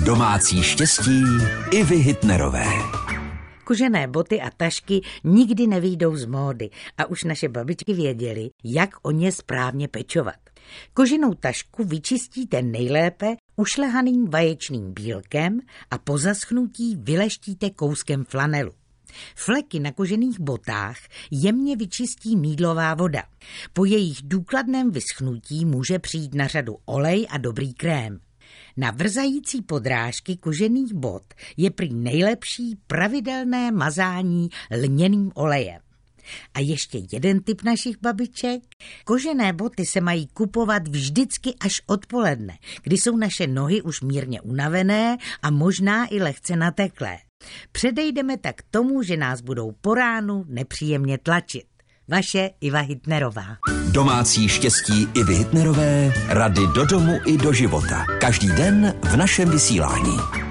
Domácí štěstí Ivy Hitnerové. Kožené boty a tašky nikdy nevyjdou z módy a už naše babičky věděly, jak o ně správně pečovat. Koženou tašku vyčistíte nejlépe ušlehaným vaječným bílkem a po zaschnutí vyleštíte kouskem flanelu. Fleky na kožených botách jemně vyčistí mýdlová voda. Po jejich důkladném vyschnutí může přijít na řadu olej a dobrý krém. Na vrzající podrážky kožených bot je prý nejlepší pravidelné mazání lněným olejem. A ještě jeden tip našich babiček. Kožené boty se mají kupovat vždycky až odpoledne, kdy jsou naše nohy už mírně unavené a možná i lehce nateklé. Předejdeme tak tomu, že nás budou po ránu nepříjemně tlačit. Vaše Iva Hitnerová. Domácí štěstí Ivy Hitnerové, rady do domu i do života. Každý den v našem vysílání.